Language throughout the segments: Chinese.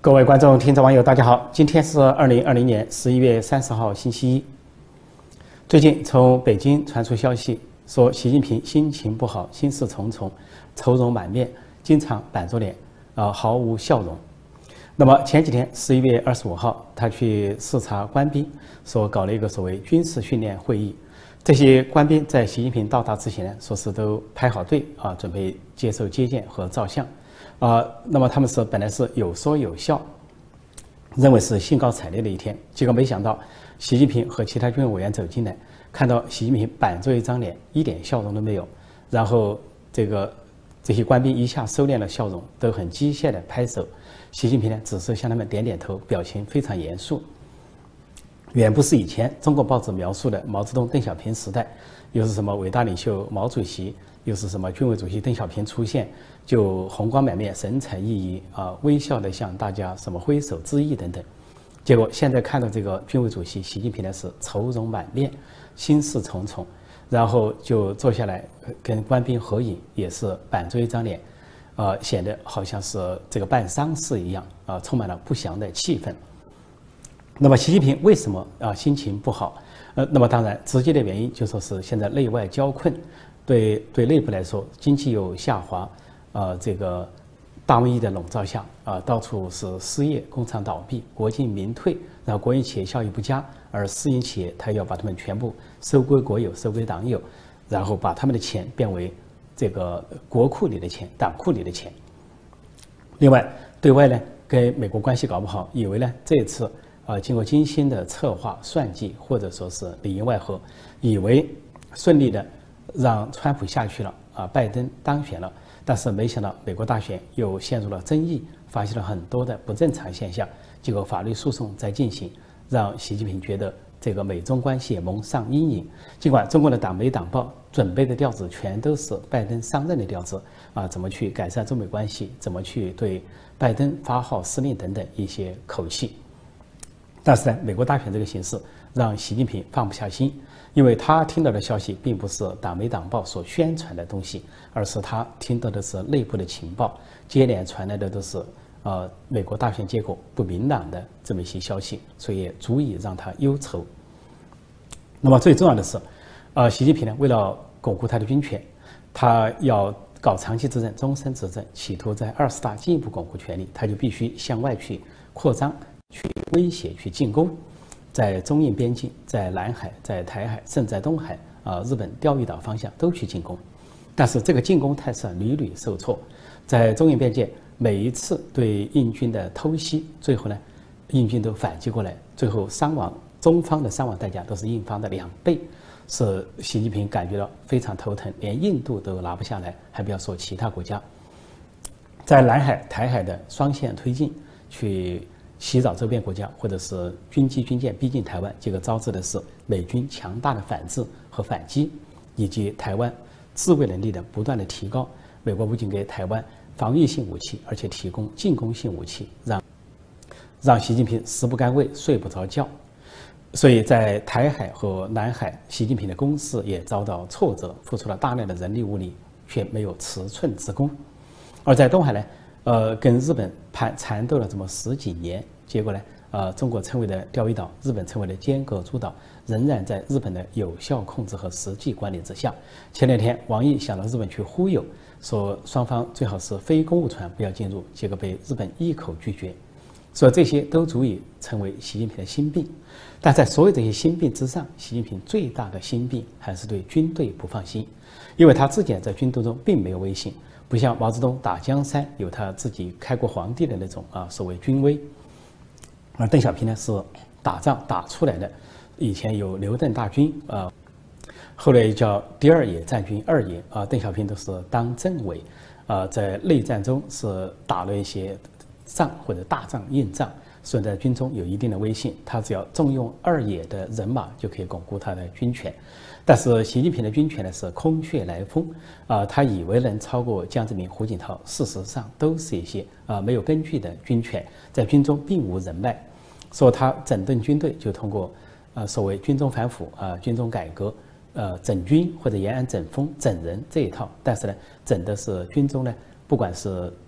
各位观众、听众、网友，大家好！今天是2020年11月30号，星期一。最近从北京传出消息，说习近平心情不好，心事重重，愁容满面，经常板着脸，毫无笑容。那么前几天11月25号，他去视察官兵，说搞了一个所谓军事训练会议。这些官兵在习近平到达之前呢，说是都排好队准备接受接见和照相。那么他们本来是有说有笑，认为是兴高采烈的一天，结果没想到习近平和其他军委委员走进来，看到习近平板着一张脸，一点笑容都没有，然后这些官兵一下收敛了笑容，都很机械的拍手，习近平呢只是向他们点点头，表情非常严肃，远不是以前中国报纸描述的毛泽东、邓小平时代，又是什么伟大领袖毛主席，又是什么军委主席邓小平出现，就红光满面、神采奕奕微笑的向大家什么挥手致意等等。结果现在看到这个军委主席习近平呢是愁容满面、心事重重，然后就坐下来跟官兵合影，也是板着一张脸，显得好像是这个办丧事一样充满了不祥的气氛。那么习近平为什么心情不好？那么当然直接的原因就说是现在内外交困，对内部来说经济又下滑，这个大瘟疫的笼罩下到处是失业，工厂倒闭，国进民退，然后国营企业效益不佳，而私营企业他要把他们全部收归国有、收归党有，然后把他们的钱变为这个国库里的钱、党库里的钱。另外对外呢跟美国关系搞不好，以为呢这一次经过精心的策划算计，或者说是里应外合，以为顺利的让川普下去了拜登当选了，但是没想到美国大选又陷入了争议，发现了很多的不正常现象，结果法律诉讼在进行，让习近平觉得这个美中关系也蒙上阴影。尽管中国的党媒党报准备的调子全都是拜登上任的调子怎么去改善中美关系，怎么去对拜登发号施令等等一些口气。但是呢，美国大选这个形势让习近平放不下心，因为他听到的消息并不是党媒党报所宣传的东西，而是他听到的是内部的情报，接连传来的都是美国大选结果不明朗的这么一些消息，所以也足以让他忧愁。那么最重要的是，习近平呢为了巩固他的军权，他要搞长期执政、终身执政，企图在20大进一步巩固权力，他就必须向外去扩张、去威胁、去进攻，在中印边境、在南海、在台海，甚至在东海日本钓鱼岛方向都去进攻。但是这个进攻态势屡屡受挫，在中印边界每一次对印军的偷袭，最后呢印军都反击过来，最后中方的伤亡代价都是印方的2倍，使习近平感觉到非常头疼，连印度都拿不下来，还不要说其他国家。在南海、台海的双线推进，去袭扰周边国家，或者是军机军舰逼近台湾，结果招致的是美军强大的反制和反击，以及台湾自卫能力的不断的提高。美国不仅给台湾防御性武器，而且提供进攻性武器，让习近平食不甘味、睡不着觉。所以在台海和南海，习近平的攻势也遭到挫折，付出了大量的人力物力，却没有尺寸之功。而在东海呢，跟日本缠斗了这么10几年，结果呢，中国称为的钓鱼岛，日本称为的尖阁诸岛，仍然在日本的有效控制和实际管理之下。前2天，王毅想到日本去忽悠，说双方最好是非公务船不要进入，结果被日本一口拒绝。所以这些都足以成为习近平的心病。但在所有这些心病之上，习近平最大的心病还是对军队不放心，因为他自己在军队中并没有威信，不像毛泽东打江山有他自己开国皇帝的那种所谓军威，而邓小平呢是打仗打出来的，以前有刘邓大军后来叫第2野战军2野邓小平都是当政委在内战中是打了一些仗或者大仗硬仗，所以在军中有一定的威信，他只要重用2野的人马就可以巩固他的军权。但是习近平的军权呢是空穴来风他以为能超过江泽民、胡锦涛，事实上都是一些没有根据的军权，在军中并无人脉。说他整顿军队就通过所谓军中反腐军中改革整军或者延安整风整人这一套，但是呢整的是军中呢不管是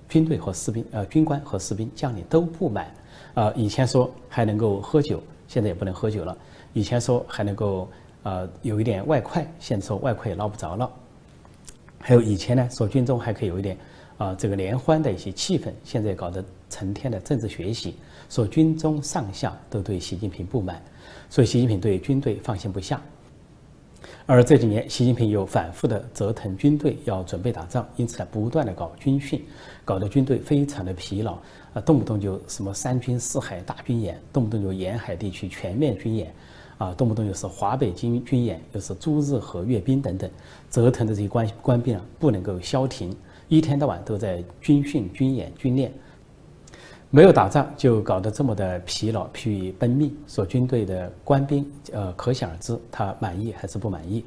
军队和士兵、军官和士兵、将领都不满。以前说还能够喝酒，现在也不能喝酒了；以前说还能够有一点外快，现在说外快也捞不着了。还有以前呢说军中还可以有一点这个联欢的一些气氛，现在搞得成天的政治学习，说军中上下都对习近平不满，所以习近平对军队放心不下。而这几年，习近平又反复的折腾军队，要准备打仗，因此呢，不断的搞军训，搞得军队非常的疲劳，动不动就什么三军四海大军演，动不动就沿海地区全面军演，动不动就是华北军演，又是朱日和阅兵等等，折腾的这些官兵不能够消停，一天到晚都在军训、军演、军练。没有打仗就搞得这么的疲劳、疲于奔命，说军队的官兵，可想而知他满意还是不满意。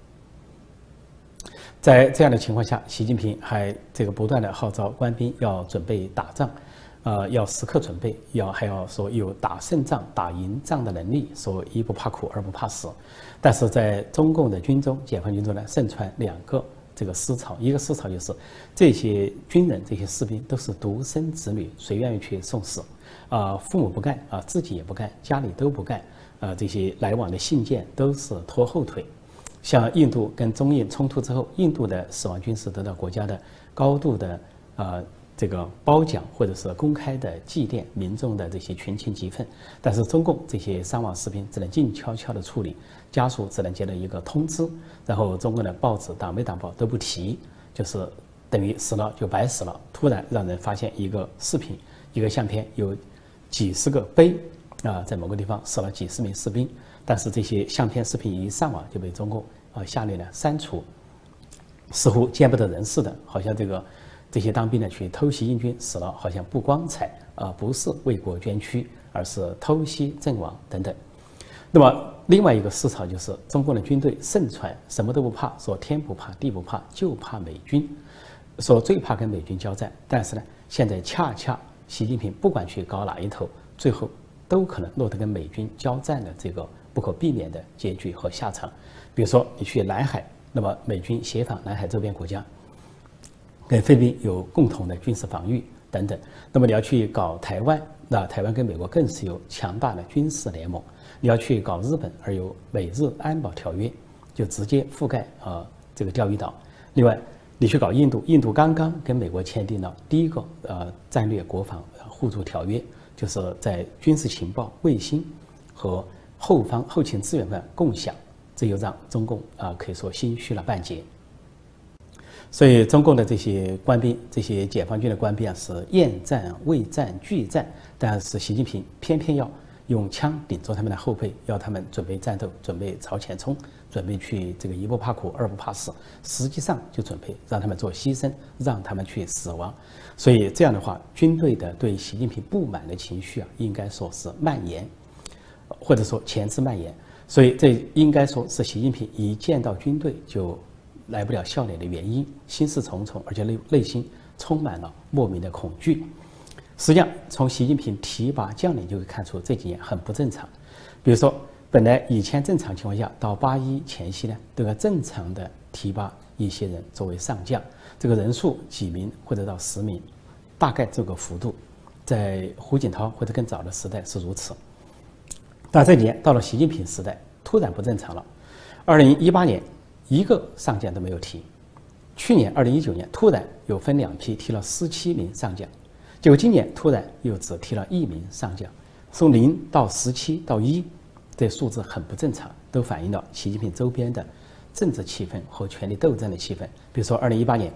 在这样的情况下，习近平还不断的号召官兵要准备打仗，要时刻准备，还要说有打胜仗、打赢仗的能力，说一不怕苦，二不怕死。但是在中共的军中，解放军中呢，盛传两个思潮，一个思潮就是这些军人、这些士兵都是独生子女，谁愿意去送死？父母不干自己也不干，家里都不干，这些来往的信件都是拖后腿。像印度跟中印冲突之后，印度的死亡军士得到国家的高度的褒奖，或者是公开的祭奠，民众的这些群情激愤。但是中共这些伤亡士兵只能静悄悄的处理，家属只能接到一个通知，然后中国的报纸党媒党报都不提，就是等于死了就白死了。突然让人发现一个视频，一个相片，有几十个碑在某个地方死了几十名士兵，但是这些相片、视频一上网就被中共下令删除，似乎见不得人似的，好像这些当兵的去偷袭印军死了，好像不光彩，不是为国捐躯，而是偷袭阵亡等等。那么另外一个思潮就是中共的军队盛传什么都不怕，说天不怕地不怕，就怕美军，说最怕跟美军交战。但是呢，现在恰恰习近平不管去搞哪一头，最后都可能落得跟美军交战的这个不可避免的结局和下场。比如说你去南海，那么美军协防南海周边国家，跟菲律宾有共同的军事防御等等。那么你要去搞台湾，那台湾跟美国更是有强大的军事联盟。你要去搞日本，而有美日安保条约，就直接覆盖这个钓鱼岛。另外，你去搞印度，印度刚刚跟美国签订了第一个战略国防互助条约，就是在军事情报、卫星和后勤资源上共享，这又让中共可以说心虚了半截。所以中共的这些官兵，这些解放军的官兵是厌战、畏战、惧战，但是习近平偏偏要用枪顶着他们的后背，要他们准备战斗，准备朝前冲，准备去一不怕苦，二不怕死，实际上就准备让他们做牺牲，让他们去死亡。所以这样的话，军队的对习近平不满的情绪应该说是蔓延，或者说前次蔓延。所以这应该说是习近平一见到军队就来不了笑脸的原因，心事重重，而且内心充满了莫名的恐惧。实际上，从习近平提拔将领就可以看出这几年很不正常。比如说，本来以前正常情况下，到8·1前夕呢，都要正常的提拔一些人作为上将，这个人数几名或者到10名，大概这个幅度，在胡锦涛或者更早的时代是如此。但这几年到了习近平时代，突然不正常了。2018年一个上将都没有提，去年2019年突然又分2批提了17名上将。结果今年突然又只提了1名上将，从0到17到1，这数字很不正常，都反映了习近平周边的政治气氛和权力斗争的气氛。比如说2018年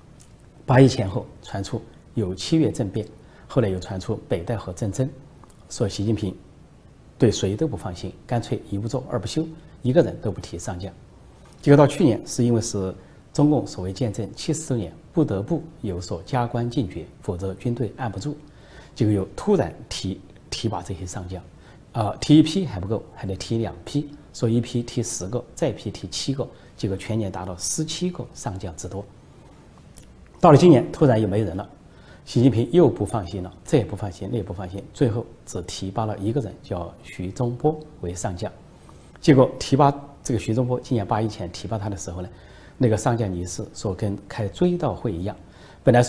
8·1前后传出有7月政变，后来又传出北戴河政争，说习近平对谁都不放心，干脆一不做二不休，一个人都不提上将。结果到去年是因为是中共所谓建政70周年，不得不有所加官进爵，否则军队按不住。结果又突然提拔这些上将，提1批还不够，还得提2批，说1批提10个，再一批提7个，结果全年达到17个上将之多。到了今年突然又没人了，习近平又不放心了，这也不放心，那也不放心，最后只提拔了一个人，叫徐忠波为上将。结果提拔这个徐忠波，今年8·1前提拔他的时候呢，那个上将仪式说跟开追悼会一样，本来说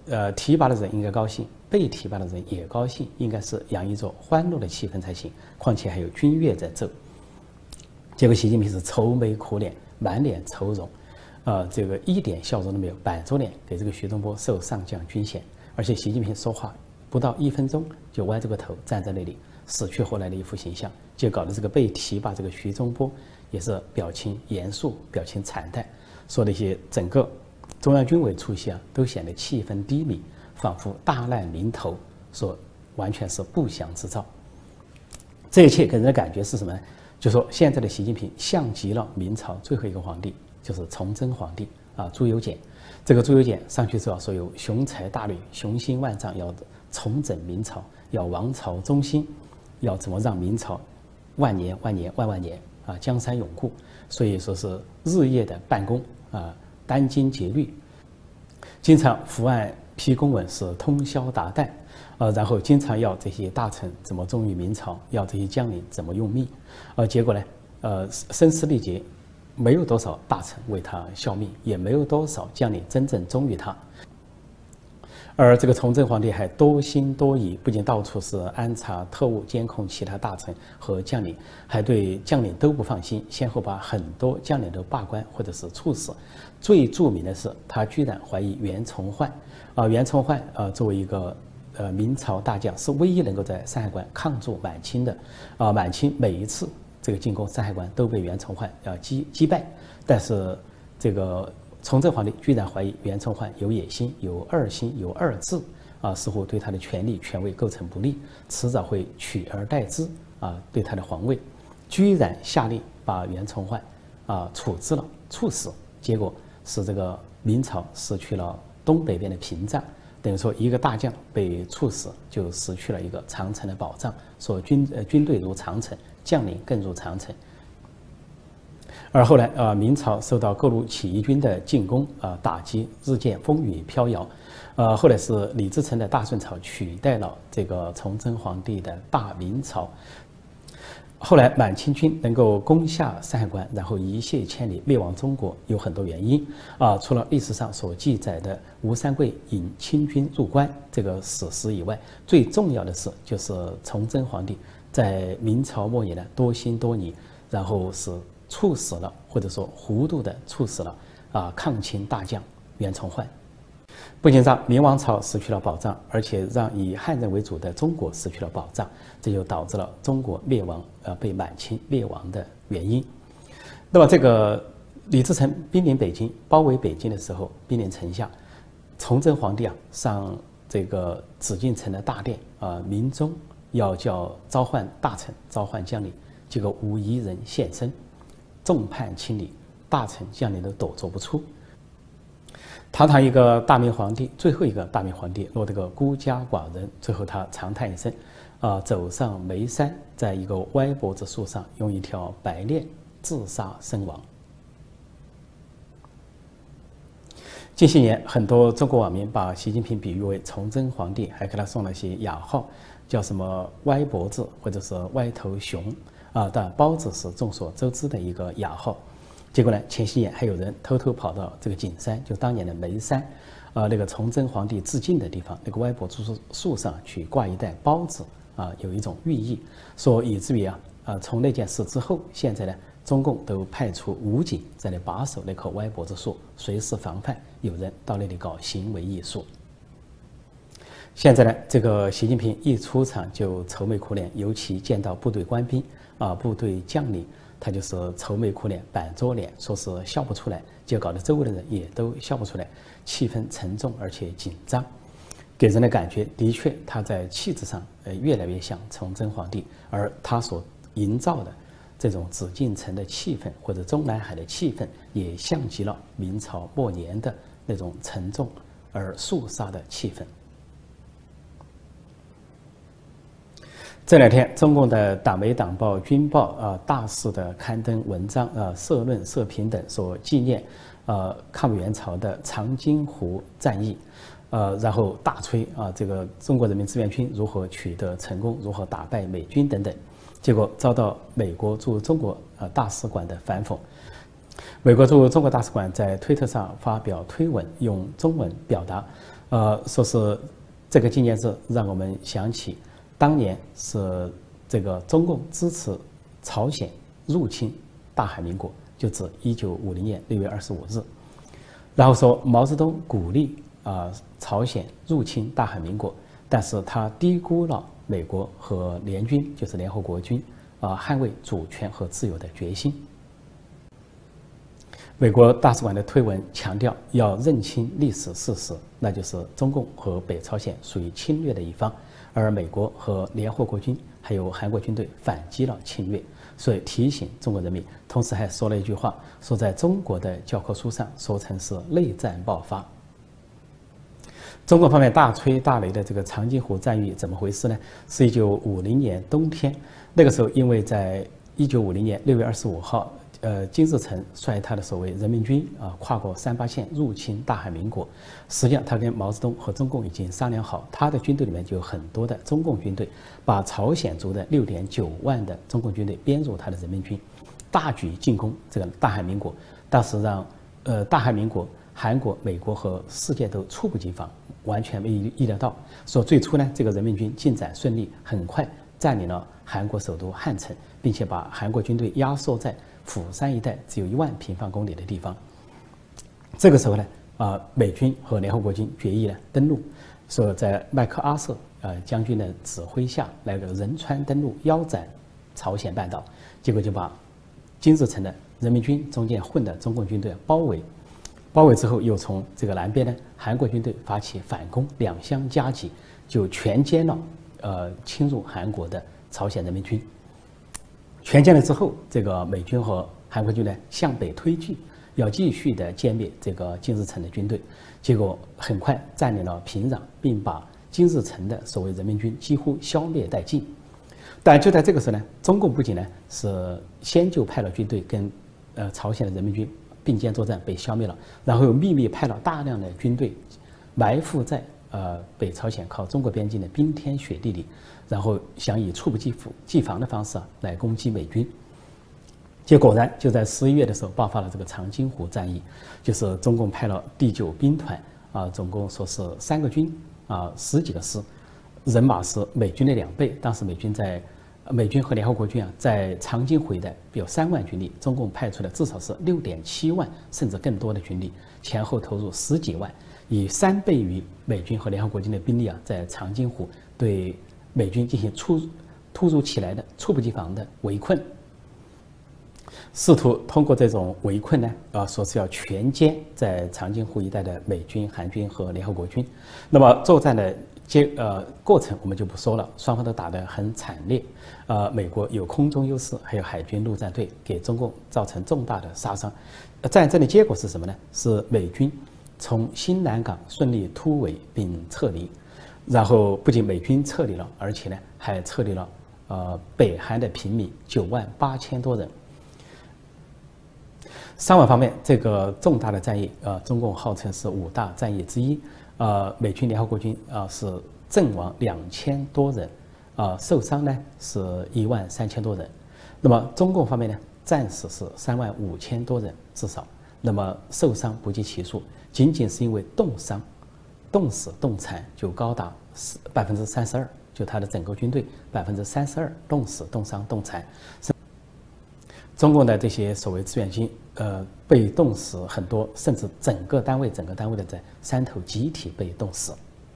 提拔的人应该高兴，被提拔的人也高兴，应该是洋溢着欢乐的气氛才行。况且还有军乐在奏。结果习近平是愁眉苦脸，满脸愁容，这个一点笑容都没有，板着脸给这个徐忠波授上将军衔。而且习近平说话不到1分钟就歪着个头站在那里，死去活来的一副形象，就搞得这个被提拔这个徐忠波也是表情严肃，表情惨淡，说那些整个中央军委出席都显得气氛低迷，仿佛大难临头，说完全是不祥之兆。这一切给人的感觉是什么呢？就说现在的习近平像极了明朝最后一个皇帝，就是崇祯皇帝朱由检。这个朱由检上去之后说有雄才大略、雄心万丈，要重整明朝，要王朝中兴，要怎么让明朝万年万年万万年江山永固。所以说是日夜的办公殚精竭虑，经常伏案批公文是通宵达旦，然后经常要这些大臣怎么忠于明朝，要这些将领怎么用命，结果呢，声嘶力竭，没有多少大臣为他效命，也没有多少将领真正忠于他。而这个崇祯皇帝还多心多疑，不仅到处是安插特务监控其他大臣和将领，还对将领都不放心，先后把很多将领都罢官或者是处死。最著名的是，他居然怀疑袁崇焕，袁崇焕作为一个明朝大将，是唯一能够在山海关抗住满清的，满清每一次这个进攻山海关都被袁崇焕击败，但是这个崇祯皇帝居然怀疑袁崇焕有野心、有二心、有二志，似乎对他的权力权位构成不利，迟早会取而代之，对他的皇位，居然下令把袁崇焕处置了、处死，结果使这个明朝失去了东北边的屏障，等于说一个大将被处死，就失去了一个长城的保障。说军队如长城，将领更如长城。而后来明朝受到各路起义军的进攻打击，日渐风雨飘摇。后来是李自成的大顺朝取代了这个崇祯皇帝的大明朝。后来满清军能够攻下山海关，然后一泻千里灭亡中国，有很多原因除了历史上所记载的吴三桂引清军入关这个史实以外，最重要的是就是崇祯皇帝在明朝末年的多心多疑，然后是处死了，或者说糊涂的处死了抗清大将袁崇焕，不仅让明王朝失去了保障，而且让以汉人为主的中国失去了保障，这就导致了中国灭亡，被满清灭亡的原因。那么这个李自成兵临北京，包围北京的时候，兵临城下，崇祯皇帝上这个紫禁城的大殿明钟要召唤大臣、召唤将领，结果无一人现身。众叛亲离，大臣将领都躲着不出。堂堂一个大明皇帝，最后一个大明皇帝落得个孤家寡人，最后他长叹一声，走上眉山，在一个歪脖子树上用一条白链自杀身亡。近些年，很多中国网民把习近平比喻为崇祯皇帝，还给他送了些雅号，叫什么歪脖子或者是歪头熊。但包子是众所周知的一个雅号。结果呢，前些年还有人偷偷跑到这个景山，就当年的眉山，那个崇祯皇帝致敬的地方，那个歪脖子树上去挂一袋包子，有一种寓意，说以至于从那件事之后，现在呢，中共都派出武警在那把守那棵歪脖子树，随时防范有人到那里搞行为艺术。现在呢，这个习近平一出场就愁眉苦脸，尤其见到部队官兵部队将领，他就是愁眉苦脸、板着脸，说是笑不出来，就搞得周围的人也都笑不出来，气氛沉重而且紧张，给人的感觉的确他在气质上越来越像崇祯皇帝，而他所营造的这种紫禁城的气氛或者中南海的气氛，也像极了明朝末年的那种沉重而肃杀的气氛。这两天，中共的党媒、党报、军报大肆的刊登文章、社论、社评等，所纪念抗美援朝的长津湖战役，然后大吹这个中国人民志愿军如何取得成功，如何打败美军等等，结果遭到美国驻中国大使馆的反讽。 美国驻中国大使馆在推特上发表推文，用中文表达，说是这个纪念日让我们想起当年是这个中共支持朝鲜入侵大韩民国，就指1950年6月25日。然后说毛泽东鼓励朝鲜入侵大韩民国，但是他低估了美国和联军，就是联合国军捍卫主权和自由的决心。美国大使馆的推文强调要认清历史事实，那就是中共和北朝鲜属于侵略的一方，而美国和联合国军还有韩国军队反击了侵略，所以提醒中国人民。同时还说了一句话，说在中国的教科书上说成是内战爆发。中国方面大吹大擂的这个长津湖战役怎么回事呢？是1950年冬天，那个时候因为在1950年6月25号。金日成率他的所谓人民军跨过3·8线入侵大韩民国。实际上，他跟毛泽东和中共已经商量好，他的军队里面就有很多的中共军队，把朝鲜族的6.9万的中共军队编入他的人民军，大举进攻这个大韩民国。当时让大韩民国、韩国、美国和世界都猝不及防，完全没意料到。说最初呢，这个人民军进展顺利，很快占领了韩国首都汉城，并且把韩国军队压缩在釜山一带只有1万平方公里的地方。这个时候呢，美军和联合国军决议呢登陆，说在麦克阿瑟将军的指挥下，来个仁川登陆，腰斩朝鲜半岛。结果就把金日成的人民军中间混的中共军队包围。包围之后，又从这个南边呢，韩国军队发起反攻，两相夹击，就全歼了侵入韩国的朝鲜人民军。全歼了之后，这个美军和韩国军呢向北推进，要继续的歼灭这个金日成的军队。结果很快占领了平壤，并把金日成的所谓人民军几乎消灭殆尽。但就在这个时候呢，中共不仅呢是先就派了军队跟朝鲜的人民军并肩作战被消灭了，然后又秘密派了大量的军队埋伏在北朝鲜靠中国边境的冰天雪地里，然后想以猝不及防的方式来攻击美军。结果然就在11月的时候爆发了这个长津湖战役，就是中共派了第9兵团总共说是3个军10几个师，人马是美军的2倍。当时美军和联合国军在长津湖一带有3万军力，中共派出的至少是6.7万甚至更多的军力，前后投入10几万，以3倍于美军和联合国军的兵力在长津湖对美军进行突如其来的猝不及防的围困，试图通过这种围困呢，说是要全歼在长津湖一带的美军、韩军和联合国军。那么作战的过程我们就不说了，双方都打得很惨烈。美国有空中优势，还有海军陆战队，给中共造成重大的杀伤。战争的结果是什么呢？是美军从新南港顺利突围并撤离，然后不仅美军撤离了，而且呢还撤离了北韩的平民98000多人。伤亡方面，这个重大的战役，中共号称是5大战役之一。美军、联合国军是阵亡2000多人，受伤呢是13000多人。那么中共方面呢，战死是35000多人至少，那么受伤不计其数，仅仅是因为冻伤、冻死、冻残就高达32%，就他的整个军队32%冻死、冻伤、冻残。中共的这些所谓志愿军，被冻死很多，甚至整个单位的在山头集体被冻死。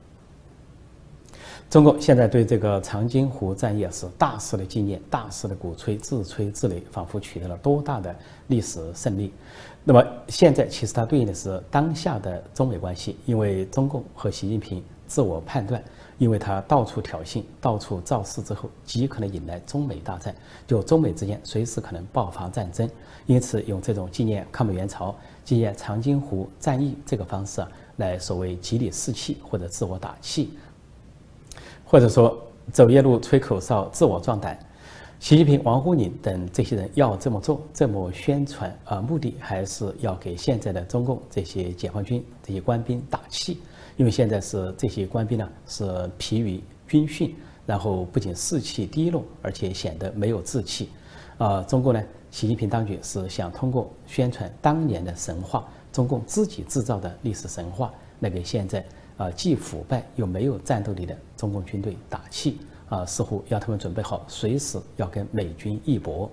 中共现在对这个长津湖战役是大肆的纪念、大肆的鼓吹、自吹自擂，仿佛取得了多大的历史胜利。那么现在其实它对应的是当下的中美关系，因为中共和习近平自我判断，因为他到处挑衅、到处造势之后，极可能引来中美大战，就中美之间随时可能爆发战争。因此，用这种纪念抗美援朝、纪念长津湖战役这个方式来所谓激励士气或者自我打气，或者说走夜路吹口哨、自我壮胆。习近平、王沪宁等这些人要这么做、这么宣传，目的还是要给现在的中共这些解放军、这些官兵打气。因为现在是这些官兵呢是疲于军训，然后不仅士气低落，而且显得没有志气。中国呢习近平当局是想通过宣传当年的神话，中共自己制造的历史神话，来给现在既腐败又没有战斗力的中共军队打气似乎要他们准备好随时要跟美军一搏。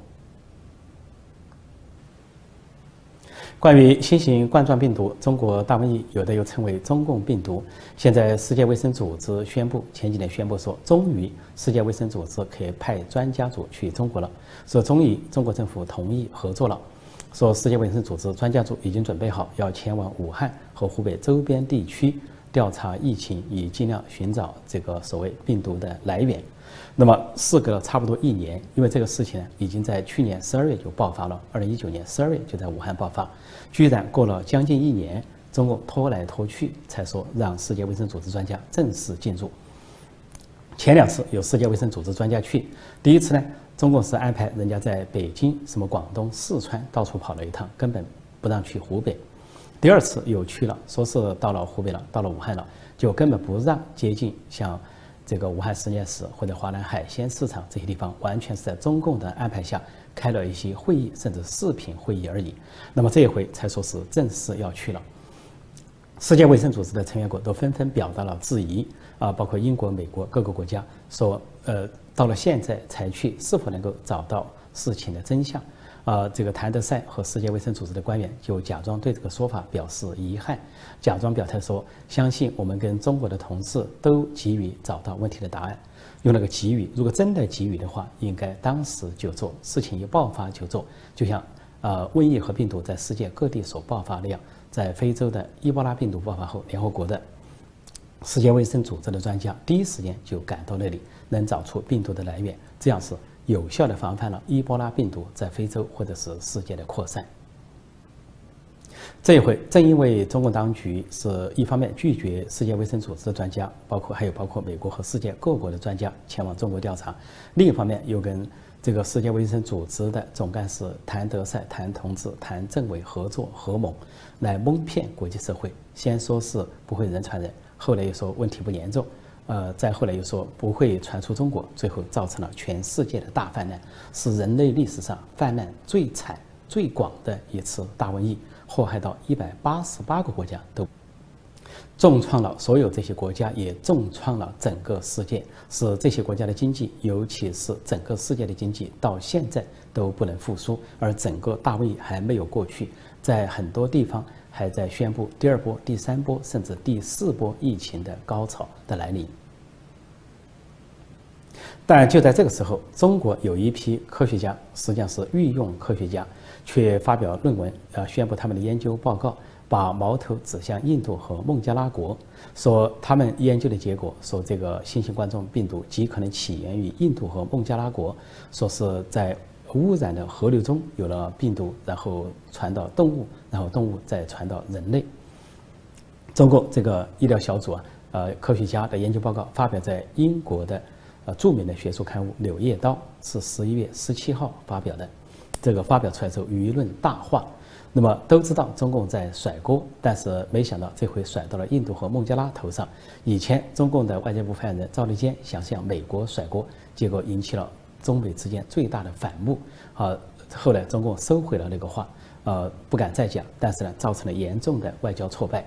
关于新型冠状病毒中国大瘟疫，有的又称为中共病毒。现在世界卫生组织宣布，前几年宣布说，终于世界卫生组织可以派专家组去中国了，说终于中国政府同意合作了，说世界卫生组织专家组已经准备好要前往武汉和湖北周边地区调查疫情，以尽量寻找这个所谓病毒的来源。那么事隔了差不多1年，因为这个事情呢，已经在去年12月就爆发了，2019年12月就在武汉爆发，居然过了将近1年，中共拖来拖去，才说让世界卫生组织专家正式进入。前2次有世界卫生组织专家去，第一次呢，中共是安排人家在北京、什么广东、四川到处跑了一趟，根本不让去湖北。第2次又去了，说是到了湖北了，到了武汉了，就根本不让接近像这个武汉实验室或者华南海鲜市场这些地方，完全是在中共的安排下开了一些会议，甚至视频会议而已。那么这一回才说是正式要去了。世界卫生组织的成员国都纷纷表达了质疑包括英国、美国各个国家说，到了现在才去，是否能够找到事情的真相？这个谭德赛和世界卫生组织的官员就假装对这个说法表示遗憾，假装表态说，相信我们跟中国的同事都急于找到问题的答案。用那个急于，如果真的急于的话，应该当时就做，事情一爆发就做，就像瘟疫和病毒在世界各地所爆发那样。在非洲的伊波拉病毒爆发后，联合国的世界卫生组织的专家第一时间就赶到那里，能找出病毒的来源，这样是有效地防范了伊波拉病毒在非洲或者是世界的扩散。这一回，正因为中共当局是一方面拒绝世界卫生组织的专家，包括美国和世界各国的专家前往中国调查，另一方面又跟这个世界卫生组织的总干事谭德赛、谭同志、谭政委合作合谋，来蒙骗国际社会。先说是不会人传人，后来又说问题不严重，再后来又说不会传出中国，最后造成了全世界的大泛滥，是人类历史上泛滥最惨、最广的一次大瘟疫，祸害到188个国家，都重创了所有这些国家，也重创了整个世界，使这些国家的经济，尤其是整个世界的经济，到现在都不能复苏。而整个大瘟疫还没有过去，在很多地方还在宣布第2波、第3波，甚至第4波疫情的高潮的来临。但就在这个时候，中国有一批科学家，实际上是御用科学家，却发表论文，宣布他们的研究报告，把矛头指向印度和孟加拉国，说他们研究的结果，说这个新型冠状病毒极可能起源于印度和孟加拉国，说是在污染的河流中有了病毒，然后传到动物，然后动物再传到人类。中共这个医疗小组科学家的研究报告发表在英国的著名的学术刊物《柳叶刀》，是11月17号发表的。这个发表出来之后，舆论大化。那么都知道中共在甩锅，但是没想到这回甩到了印度和孟加拉头上。以前中共的外交部发言人赵立坚想向美国甩锅，结果引起了中美之间最大的反目。后来中共收回了那个话，不敢再讲，但是呢，造成了严重的外交挫败。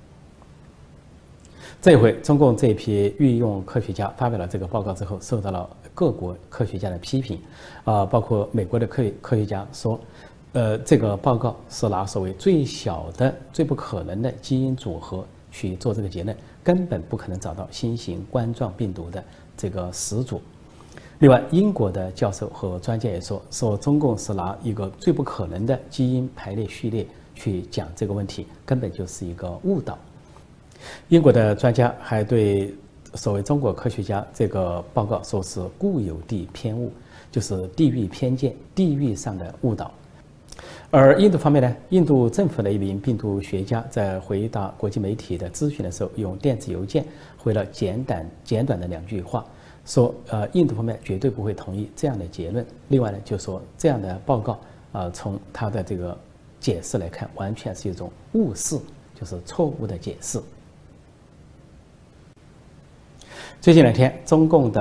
这一回，中共这一批御用科学家发表了这个报告之后，受到了各国科学家的批评，包括美国的科学家说，这个报告是拿所谓最小的、最不可能的基因组合去做这个结论，根本不可能找到新型冠状病毒的这个始祖。另外，英国的教授和专家也说中共是拿一个最不可能的基因排列序列去讲这个问题，根本就是一个误导。英国的专家还对所谓中国科学家这个报告说是固有地偏误，就是地域偏见、地域上的误导。而印度方面呢，印度政府的一名病毒学家在回答国际媒体的咨询的时候，用电子邮件回了简短的2句话，说印度方面绝对不会同意这样的结论。另外呢，就说这样的报告从他的这个解释来看，完全是一种误释，就是错误的解释。最近2天，中共的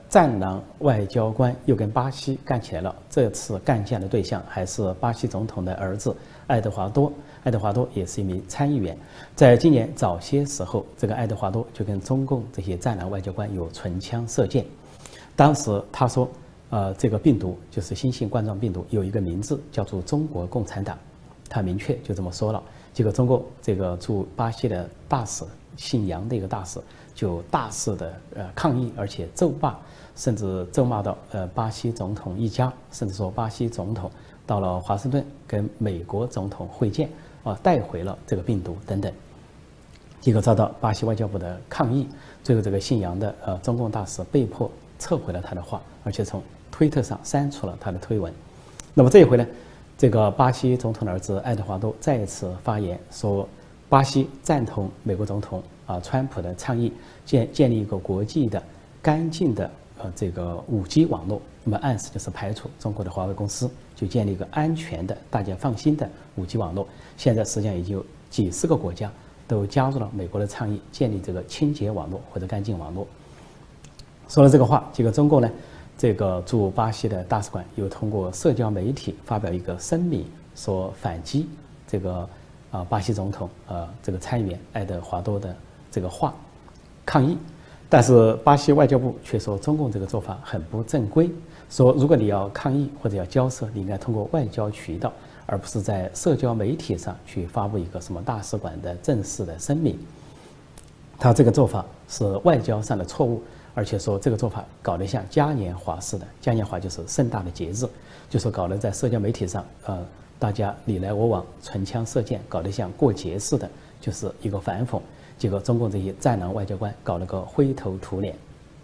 战狼外交官又跟巴西干起来了。这次干将的对象还是巴西总统的儿子爱德华多。爱德华多也是一名参议员。在今年早些时候，这个爱德华多就跟中共这些战狼外交官有唇枪舌剑。当时他说，这个病毒就是新型冠状病毒，有一个名字叫做中国共产党。他明确就这么说了。结果中国这个驻巴西的大使，姓杨的一个大使，就大肆的抗议，而且咒骂，甚至咒骂到巴西总统一家，甚至说巴西总统到了华盛顿跟美国总统会见，带回了这个病毒等等。结果遭到巴西外交部的抗议，最后这个姓杨的中共大使被迫撤回了他的话，而且从推特上删除了他的推文。那么这一回呢，这个巴西总统的儿子爱德华多再一次发言说，巴西赞同美国总统川普的倡议，建立一个国际的干净的这个5G 网络。那么暗示就是排除中国的华为公司，就建立一个安全的、大家放心的5G 网络。现在实际上已经有几十个国家都加入了美国的倡议，建立这个清洁网络或者干净网络。说了这个话，这个中共呢，这个驻巴西的大使馆又通过社交媒体发表一个声明，说反击这个巴西总统这个参议员爱德华多的这个话，抗议。但是巴西外交部却说中共这个做法很不正规，说如果你要抗议或者要交涉，你应该通过外交渠道，而不是在社交媒体上去发布一个什么大使馆的正式的声明。他这个做法是外交上的错误，而且说这个做法搞得像嘉年华似的。嘉年华就是盛大的节日，就说搞得在社交媒体上大家你来我往，唇枪舌剑，搞得像过节似的，就是一个反讽。结果中共这些战狼外交官搞了个灰头土脸。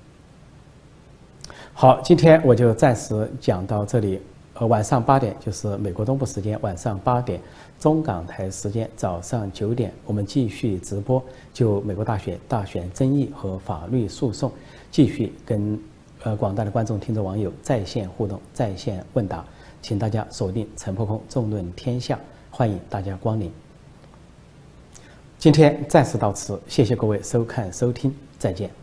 好，今天我就暂时讲到这里。晚上8点就是美国东部时间晚上8点，中港台时间早上9点，我们继续直播，就美国大选争议和法律诉讼，继续跟广大的观众、听众、网友在线互动、在线问答，请大家锁定陈破空纵论天下，欢迎大家光临。今天暂时到此，谢谢各位收看收听，再见。